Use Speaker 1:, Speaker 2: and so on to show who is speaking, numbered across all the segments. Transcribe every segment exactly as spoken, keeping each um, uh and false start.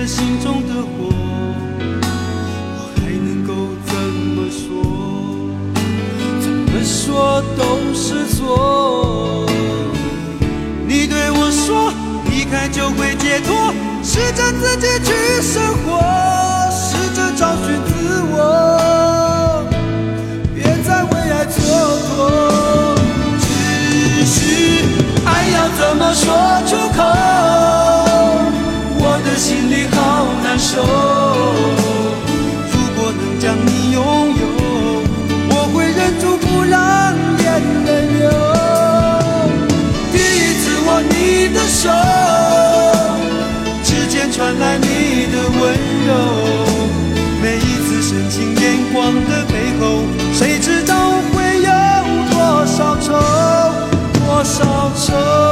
Speaker 1: 了心中的火，我还能够怎么说？怎么说都是错。你对我说离开就会解脱，试着自己去生活，试着找寻自我，别再为爱蹉跎。只是爱要怎么说出口，我的心里好难受。如果能将你拥有，我会忍住不让眼泪流。第一次握你的手，指尖传来你的温柔，每一次深情眼光的背后，谁知道会有多少愁，多少愁。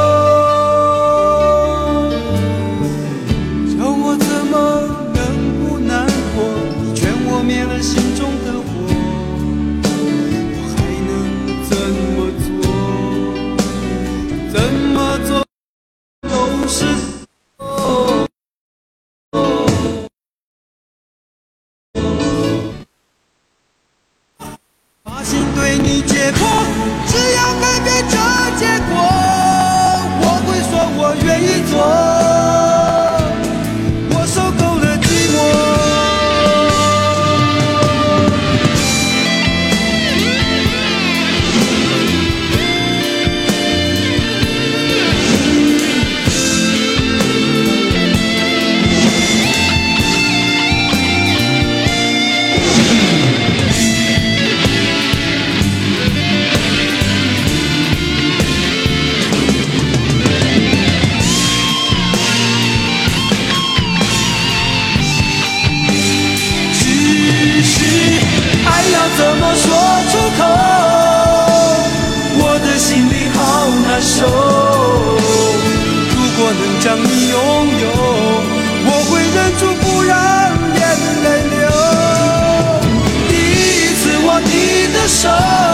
Speaker 1: 叫我怎么能不难过？你劝我灭了心中的火，我还能怎么做？怎么做都是错。把心对你解剖，只要改变这结果，我会说我愿意做。我受够了寂寞。怎么说出口？我的心里好难受。如果能将你拥有，我会忍住不让眼泪流。第一次握你的手，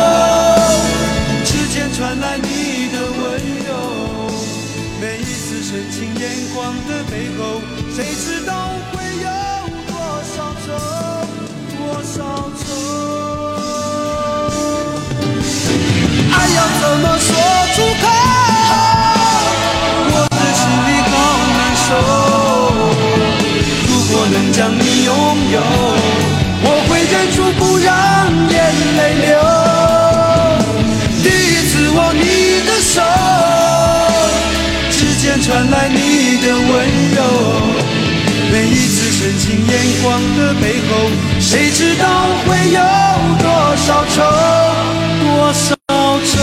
Speaker 1: 指尖传来你的温柔，每一次深情眼光的背后，谁知道会有多少愁，多少愁。爱要怎么说出口？我的心里好难受。如果能将你拥有，我会忍住不让眼泪流。第一次握你的手，指尖传来你的温柔，每一次深情眼光的背后，谁知道会有多少愁，多少愁。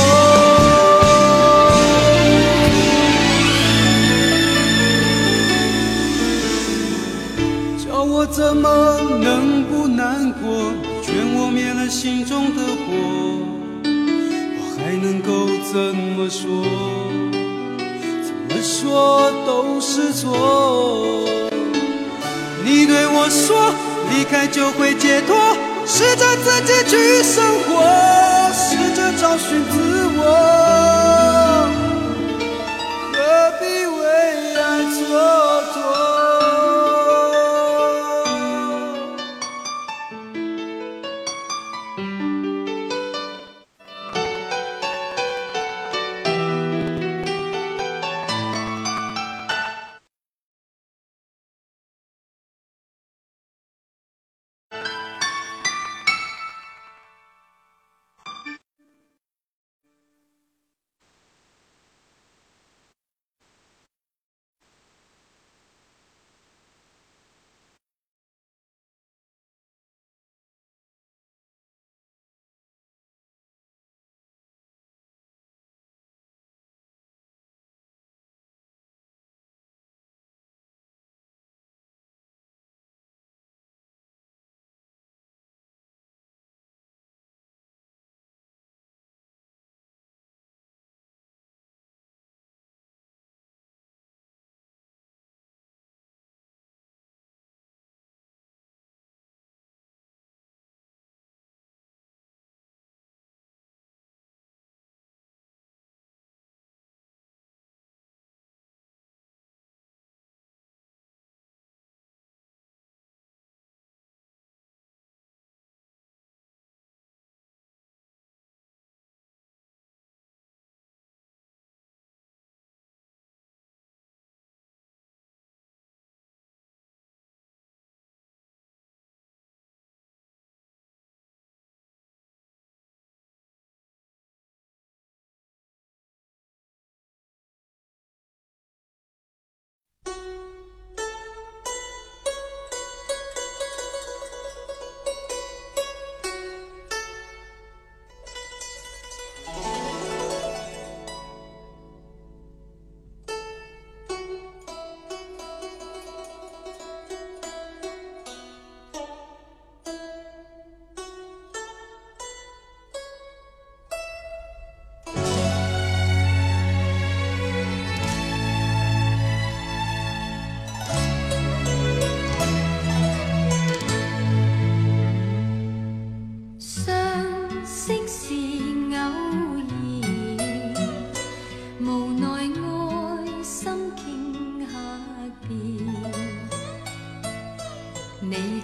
Speaker 1: 叫我怎么能不难过？劝我灭了心中的火，我还能够怎么说？怎么说都是错。你对我说离开就会解脱，试着自己去生活，试着找寻自我，何必为爱蹉跎？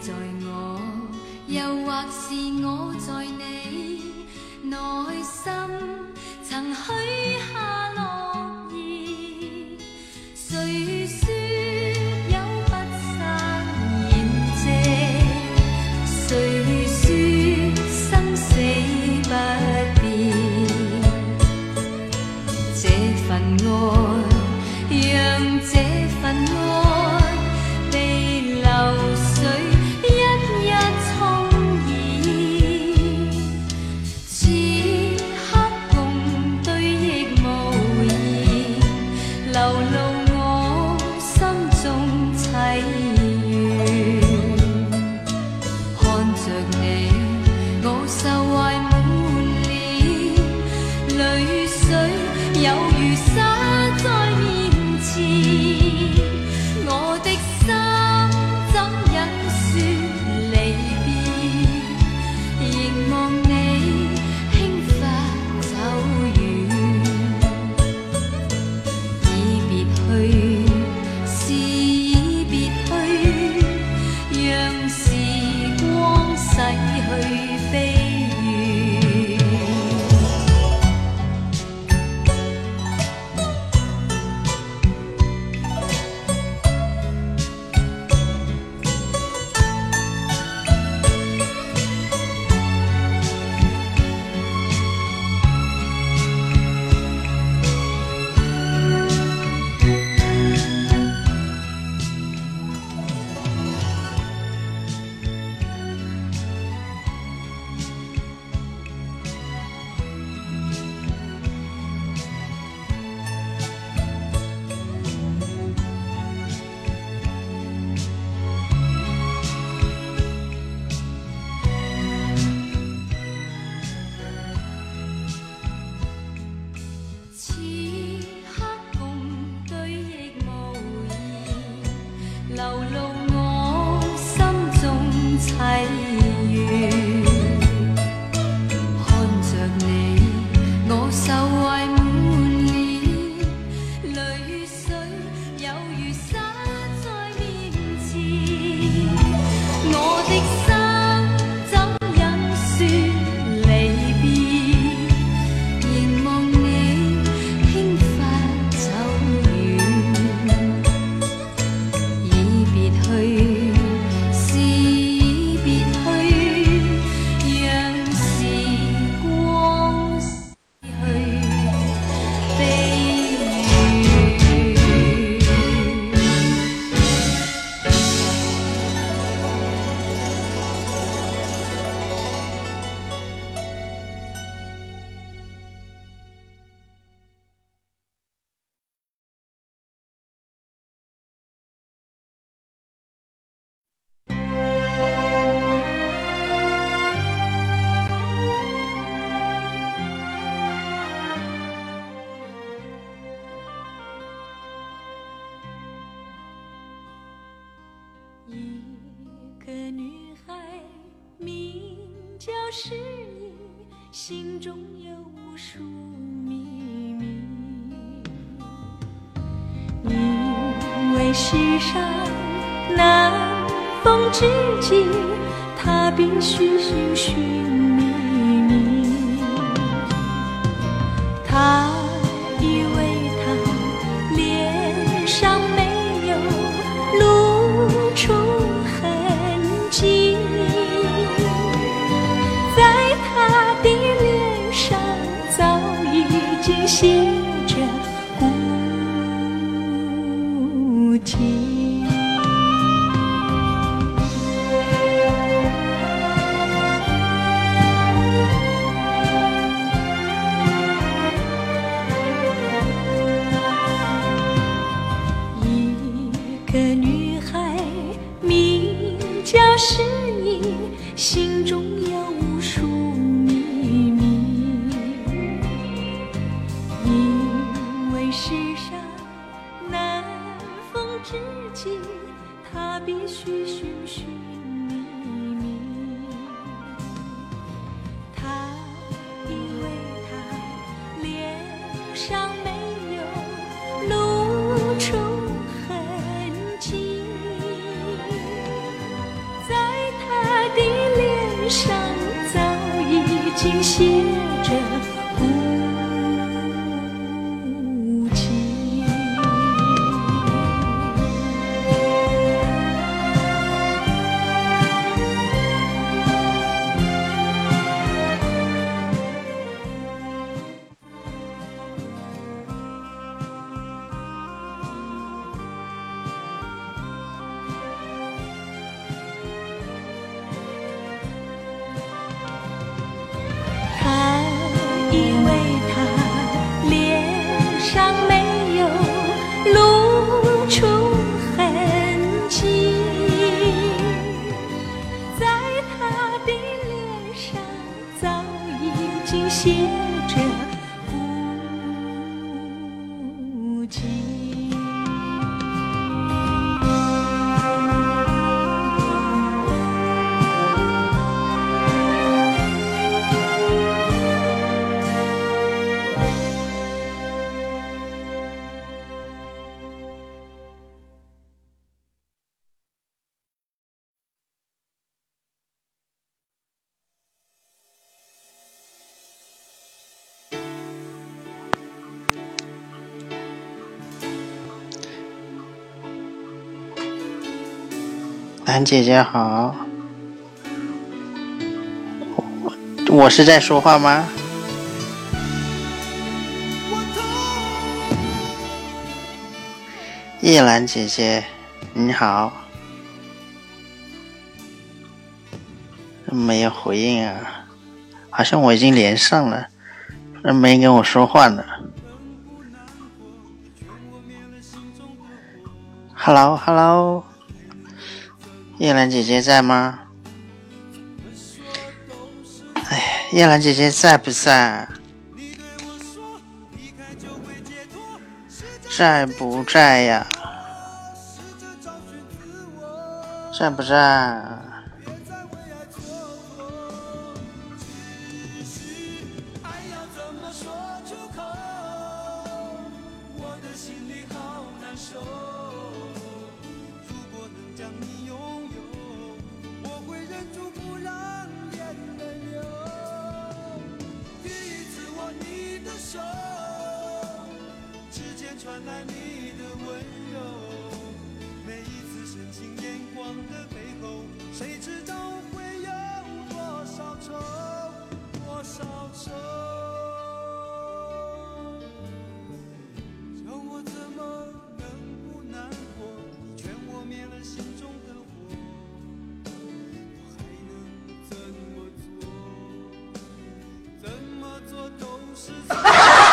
Speaker 2: 在我，又或是我在你內心，曾許下諾言。誰說有不散筵席？誰說生死不變？這份愛，讓這份愛被流水一一沖染，此刻共對亦無言，流露我心中凄怨。看着你，我受懷滿臉，淚水有如灑在面前，我的心怎忍說離別，凝望你輕拂走遠，已別去，是已別去，讓時光逝去飛遠。此刻共對亦無言，流露我心中凄怨。看着你，我受懷滿臉，淚水有如灑在面前，我的心怎忍說離別，凝望你輕拂走遠，已別去，是已別去，讓時光逝去飛遠。一个女孩，名叫诗意，心中有无数秘密。因为世上难逢知己，她必须寻寻觅觅。她以为她脸上没有露出痕迹，在他的脸上早已经写着孤寂。一个女孩，名叫诗意，心中有无数秘密。因为世上难逢知己，她必须寻寻觅觅。她以为她脸上没有露出痕迹，在竟写着无尽。以为他脸上没有露出痕迹，在他的脸上早已经写着无尽。
Speaker 3: 兰姐姐好，我我是在说话吗？叶兰姐姐你好，没有回应啊，好像我已经连上了，没跟我说话呢。Hello Hello， 叶兰姐姐在吗？哎，叶兰姐姐在不在？在不在呀？在不在？
Speaker 1: 传来你的温柔，每一次深情眼光的背后，谁知道会有多少愁，多少愁。叫我怎么能不难过？你劝我灭了心中的火，我还能怎么做？怎么做都是错。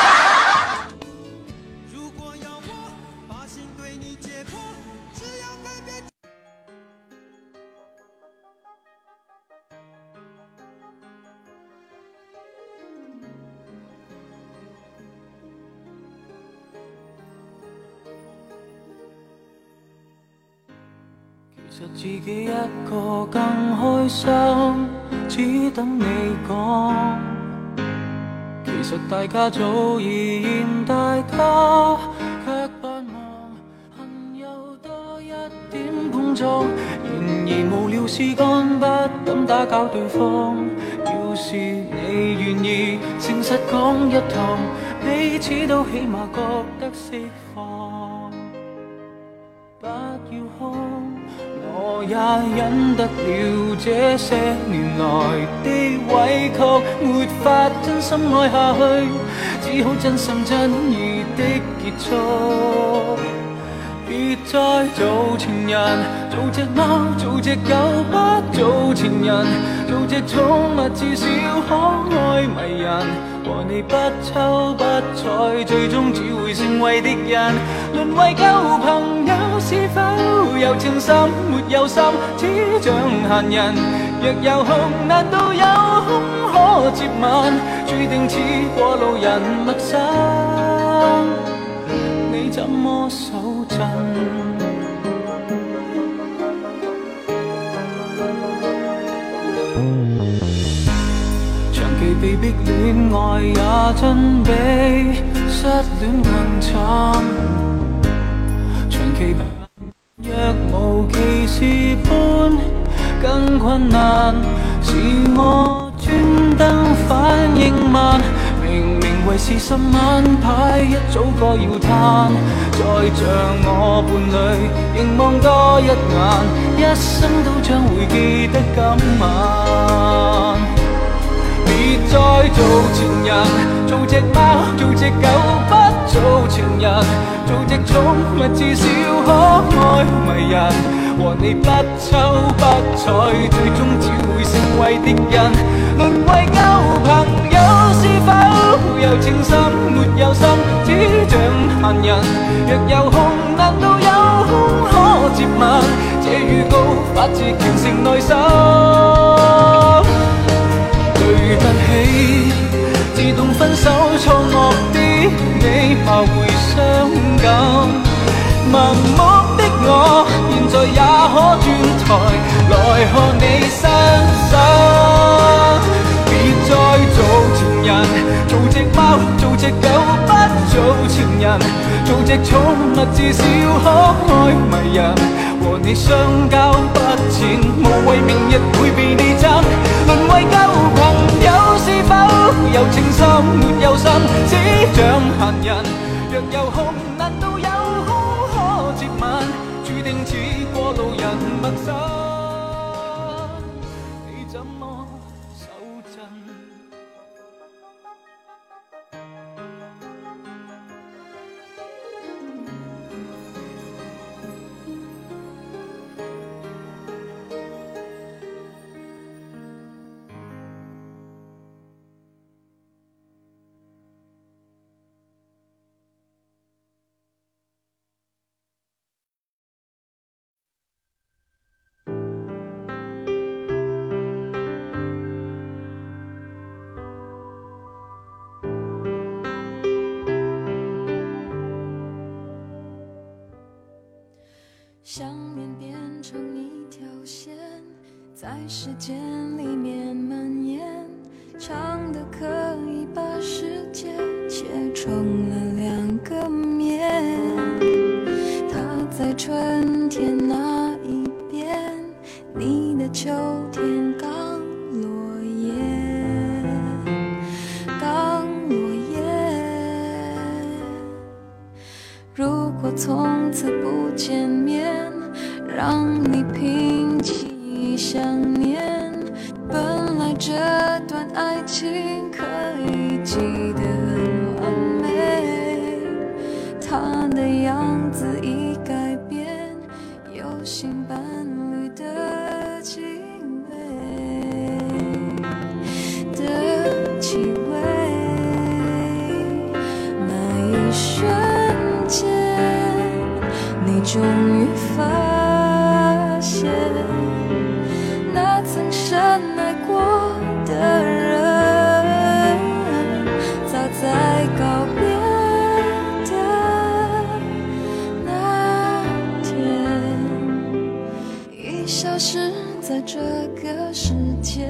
Speaker 1: 其實自己一個更開心，只等你講。其實大家早已嫌大他，卻盼望恨有多一點碰撞。然而無聊事幹不敢打攪對方。要是你願意誠實講一趟，彼此都起碼覺得釋放。不要哭。我也忍得了這些年來的委屈，沒法真心愛下去，只好真心真意的結束。別再做情人，做隻貓，做隻狗，不做情人，做隻寵物至少可愛迷人。和你不瞅不睬，最終只會成為敵人。淪為舊朋友是否有情深沒有心，只像閒人。若有空難道有空可接吻，注定似過路人陌生，你怎麼手震？被逼戀愛也真比失戀更慘，長期若無其事般更困難，是我專登
Speaker 4: 反應慢。明明為事實晚牌，一早該要攤。再像我伴侶，凝望多一眼，一生都將會記得今晚。別再做前人，做隻貓，做隻狗，不做情人。做隻寵物至少可愛迷人，和你不瞅不睬，最終只會成為敵人。淪為舊朋友是否有情深沒有心，只像閒人。若有空難道有空可接吻？這預告發自虔誠內心。對不起，自動分手錯愕的你，怕會傷感。盲目的我，現在也可轉台來看你傷心。別再做情人，做隻貓，做隻狗，不做情人。做隻寵物至少可愛迷人，和你相交不淺，無謂明日會被你憎。淪為舊朋友是否有情深沒有心，只像閒人。若有空難道有空可接吻？注定似過路人陌生，你怎麼手震？
Speaker 2: 想念变成一条线，在时间里面蔓延，长的可以把世界切成了两个面。它在春天那一边，你的秋天刚落叶，刚落叶。如果从此不见面，让你平息想念。本来这段爱情可以记得很完美，他的样子已改变，有新伴侣的气味的气味。那一瞬间，你终于发现，那曾深爱过的人，早在告别的那天，已消失在这个世界。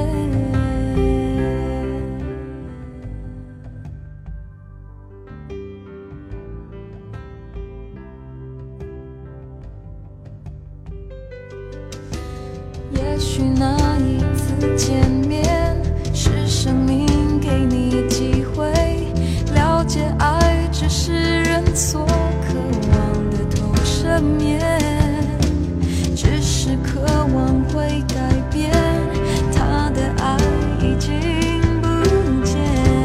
Speaker 2: 也许那一次见面，是生命给你机会，了解爱只是人所渴望的投射面，只是渴望会改变，他的爱已经不见，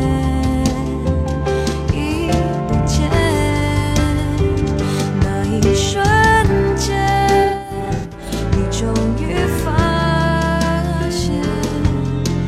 Speaker 2: 已不见。那一瞬间，你终于发现，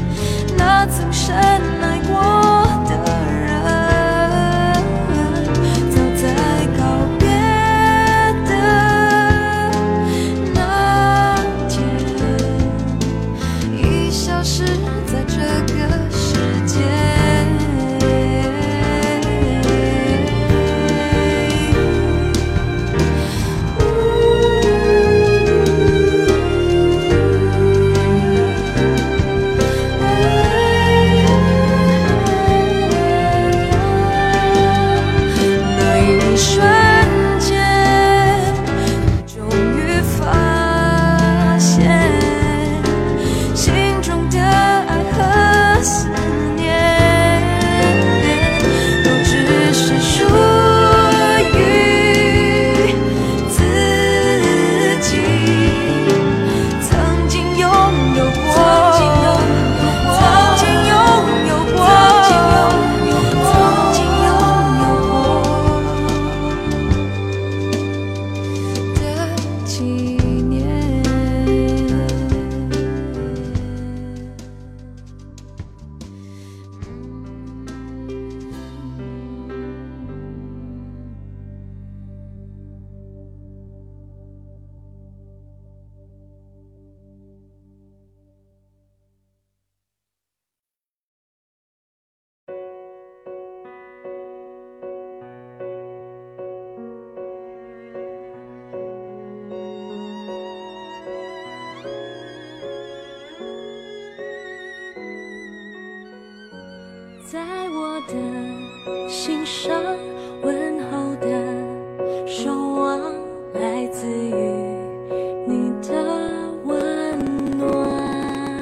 Speaker 2: 在我的心上问候的守望，来自于你的温暖，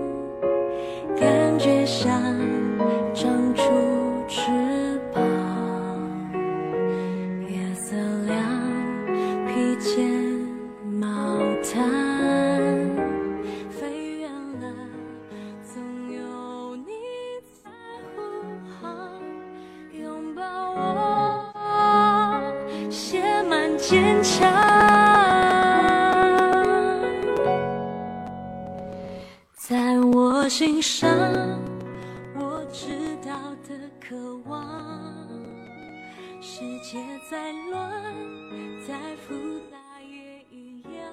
Speaker 2: 感觉像长出翅膀，夜色亮，披肩毛毯，飞远了，总有你在护航，拥抱我，写满坚强。在我心上，我知道的渴望，世界再乱再复杂也一样，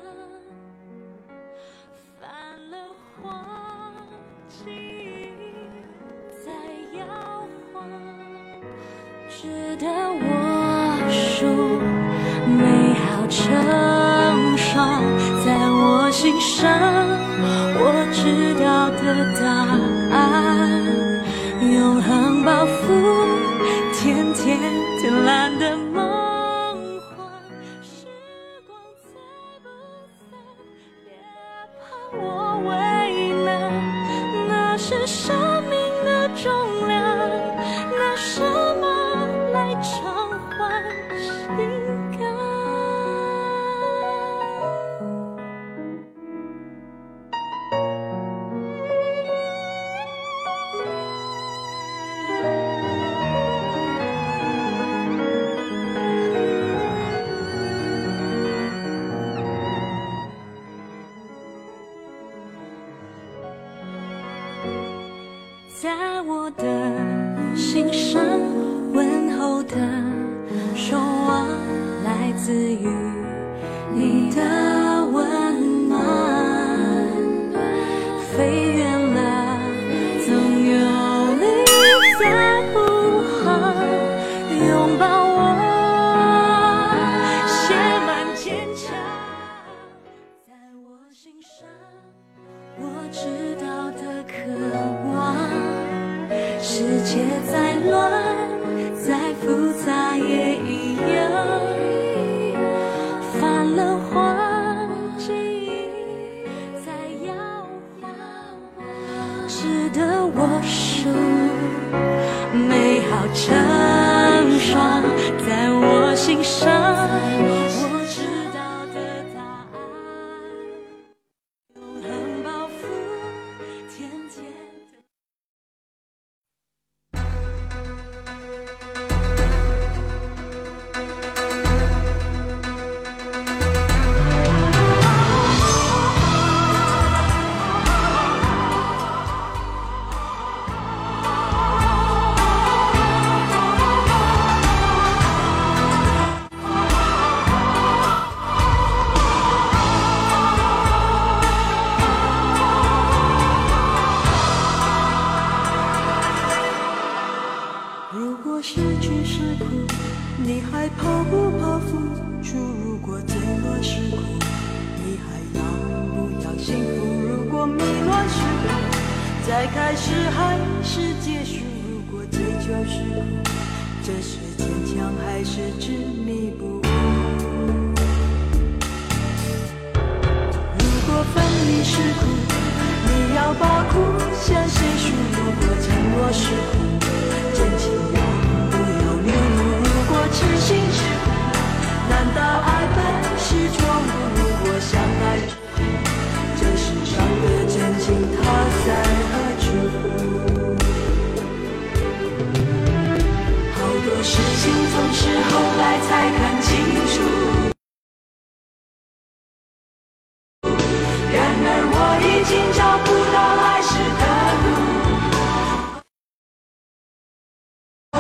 Speaker 2: 泛了黄，记忆在摇晃，值得我数美好成双。在我心上，我知道的答案，永恒抱负，甜甜天蓝的梦幻。时光在不在，别怕我为难，那是生命的重量，拿什么来偿还心甘？在我的心上问候的守望，来自于你的温暖，飞远了，总有你在护航，拥抱我，写满坚强。在我心上，我知道的渴望，世界再乱再复杂也一样，泛了黄，记忆在摇晃，值得我数美好成双。在我心上，我知道的答案，永恒抱负，甜甜的。
Speaker 5: 如果失去是苦，你还怕不怕付出？如果坠落是苦，你还要不要幸福？如果迷乱是苦，再开始还是结束？如果追求是苦，这是坚强还是执迷不悟？如果分离是苦，你要把苦向谁诉？如果承诺是苦，真情要不要流露？如果痴心是苦，难道爱本是错误？如果相爱是苦，这世上的真情它在何处？好多事情总是后来才看清楚，然而我已经找不到来时的路。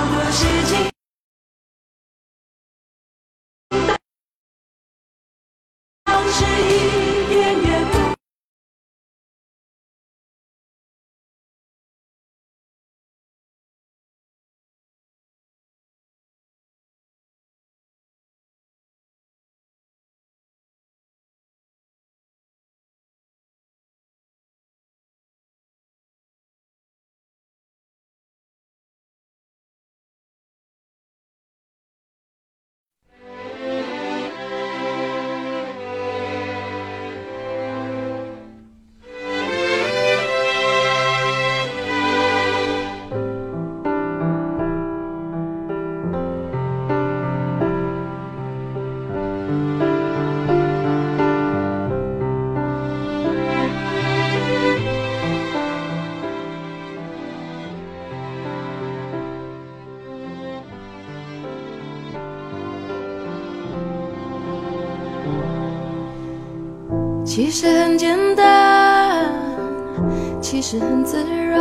Speaker 2: 其实很简单，其实很自然，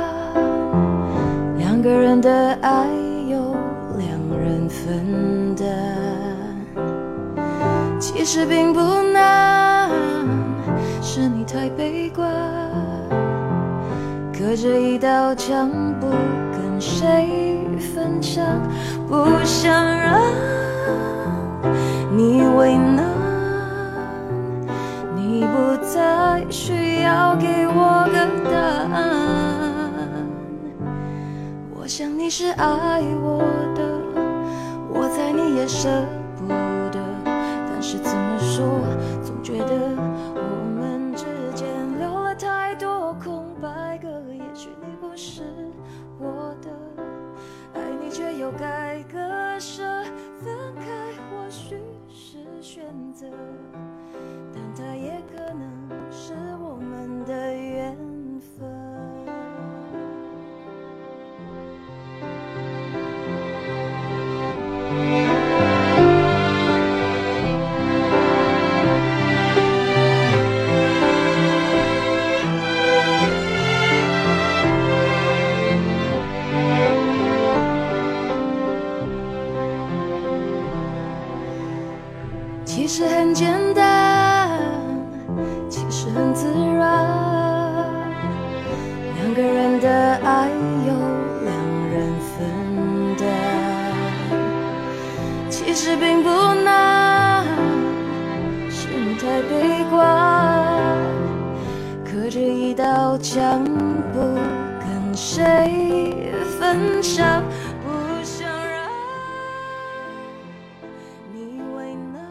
Speaker 2: 两个人的爱由两人分担，其实并不难，是你太悲观，隔着一道墙不跟谁分享，不想让你为难，你不再需要给我个答案。我想你是爱我的，我猜你也舍不得，但是怎么说，总觉得我们之间留了太多空白格，也许你不是我的，爱你却又该割舍，分开或许是选择，但它也可能是我们的缘分。其实很简单，其实很自然，两个人的爱由两人分担，其实并不难，是你太悲观，隔着一道墙不跟谁分享，不想让你为难，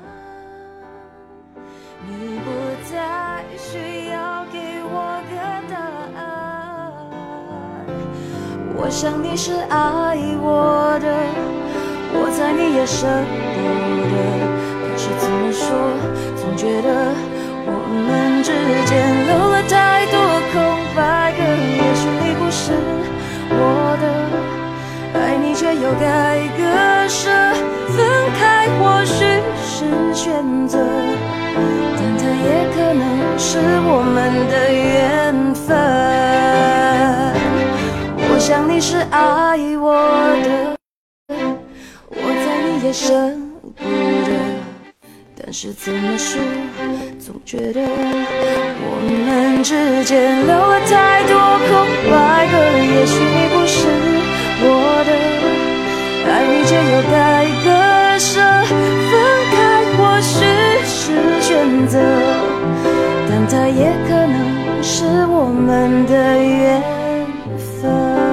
Speaker 2: 你不再需要给我个答案。我想你是爱我的，我猜你也舍不得，可是怎么说，总觉得我们之间留了太多空白格，也许你不是我的，爱你却又该割舍，分开或许是选择，但它也可能是我们的缘分。我想你是爱我的，我猜你也舍不得，但是怎么说，总觉得我们之间留了太多空白格，也许你不是我的，爱你却又该割舍，分开或许是选择，但它也可能是我们的缘分。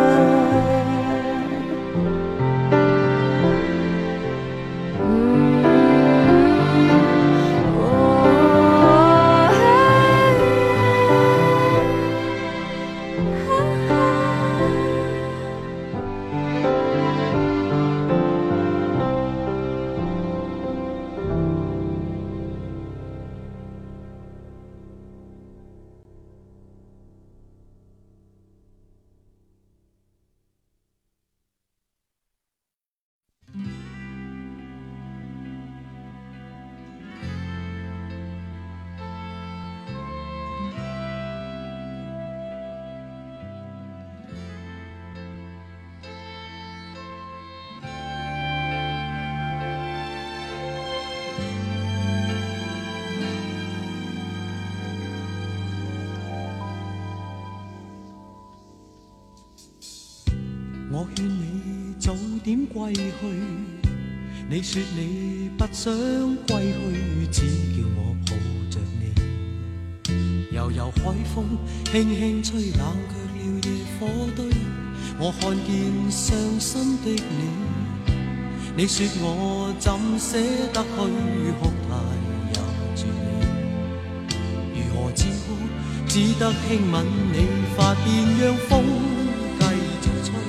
Speaker 6: 我勸你早點歸去，你說你不想歸去，只叫我抱着你。悠悠海風輕輕吹，冷卻了野火堆。我看見傷心的你，你說我怎捨得去哭態也絕美。如何止哭，只得輕吻你髮邊，讓風繼續吹。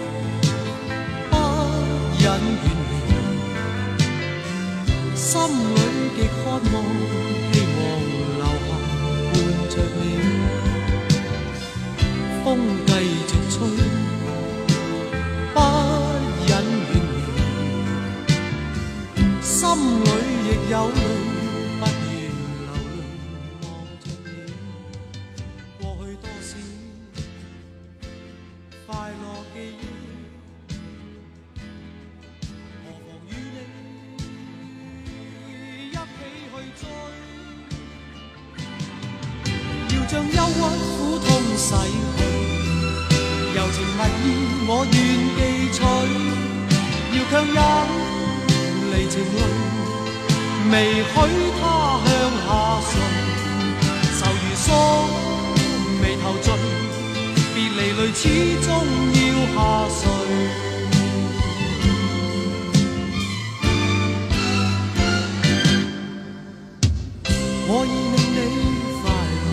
Speaker 6: 忍遠離，心裏極渴望，希望留下伴着你。風繼續吹，不忍遠離，心裏亦有淚，不願流淚。 將憂鬱苦痛洗去，柔情蜜意我願記取，要強忍離情淚，未許他向下垂，愁如鎖眉頭聚，別離淚始終要下垂。我已令你快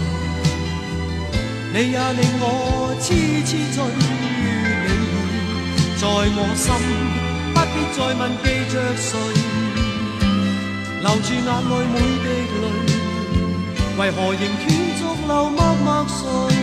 Speaker 6: 樂，你也令我痴痴醉，你已在我心，不必再問記着誰，留住眼內每滴淚，為何仍斷續流默默垂？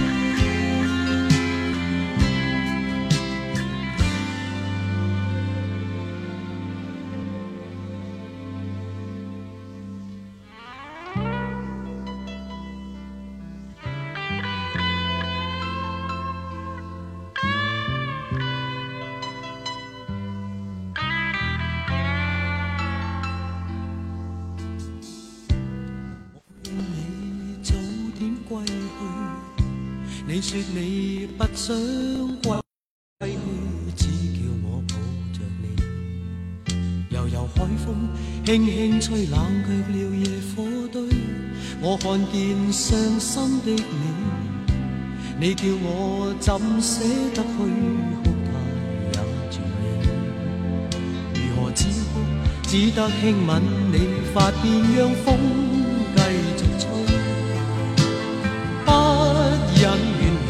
Speaker 6: 你說你不想歸去，只叫我抱着你。悠悠海風輕輕吹，冷卻了野火堆。我看見傷心的你，你叫我怎捨得去？哭態也絕美，如何止哭？只得輕吻你髮邊，讓風繼續吹。不忍遠離，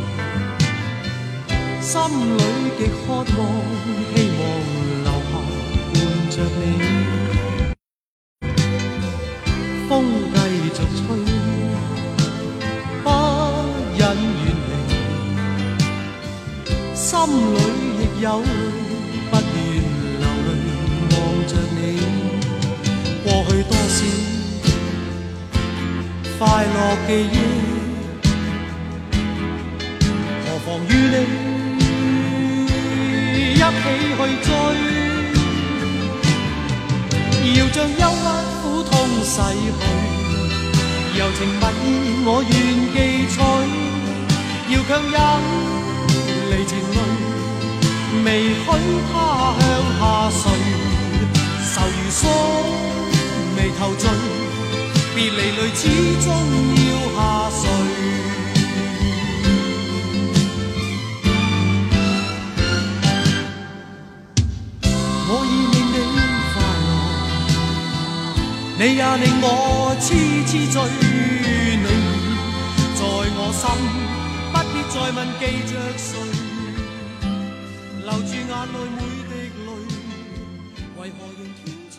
Speaker 6: 心裏極渴望，希望留下伴着你。風繼續吹，不忍遠離，心裏亦有淚，不願流淚望着你。過去多少快樂記憶，何妨與你一起去追，要將憂鬱苦痛洗去，柔情蜜意我願記取，要強忍離情淚，未許他向下垂，愁如鎖眉頭聚，別離淚始終要下垂。我已令你快樂，你也令我痴痴醉，你已在我心，不必再問記着誰，留住眼內每滴淚，為何仍斷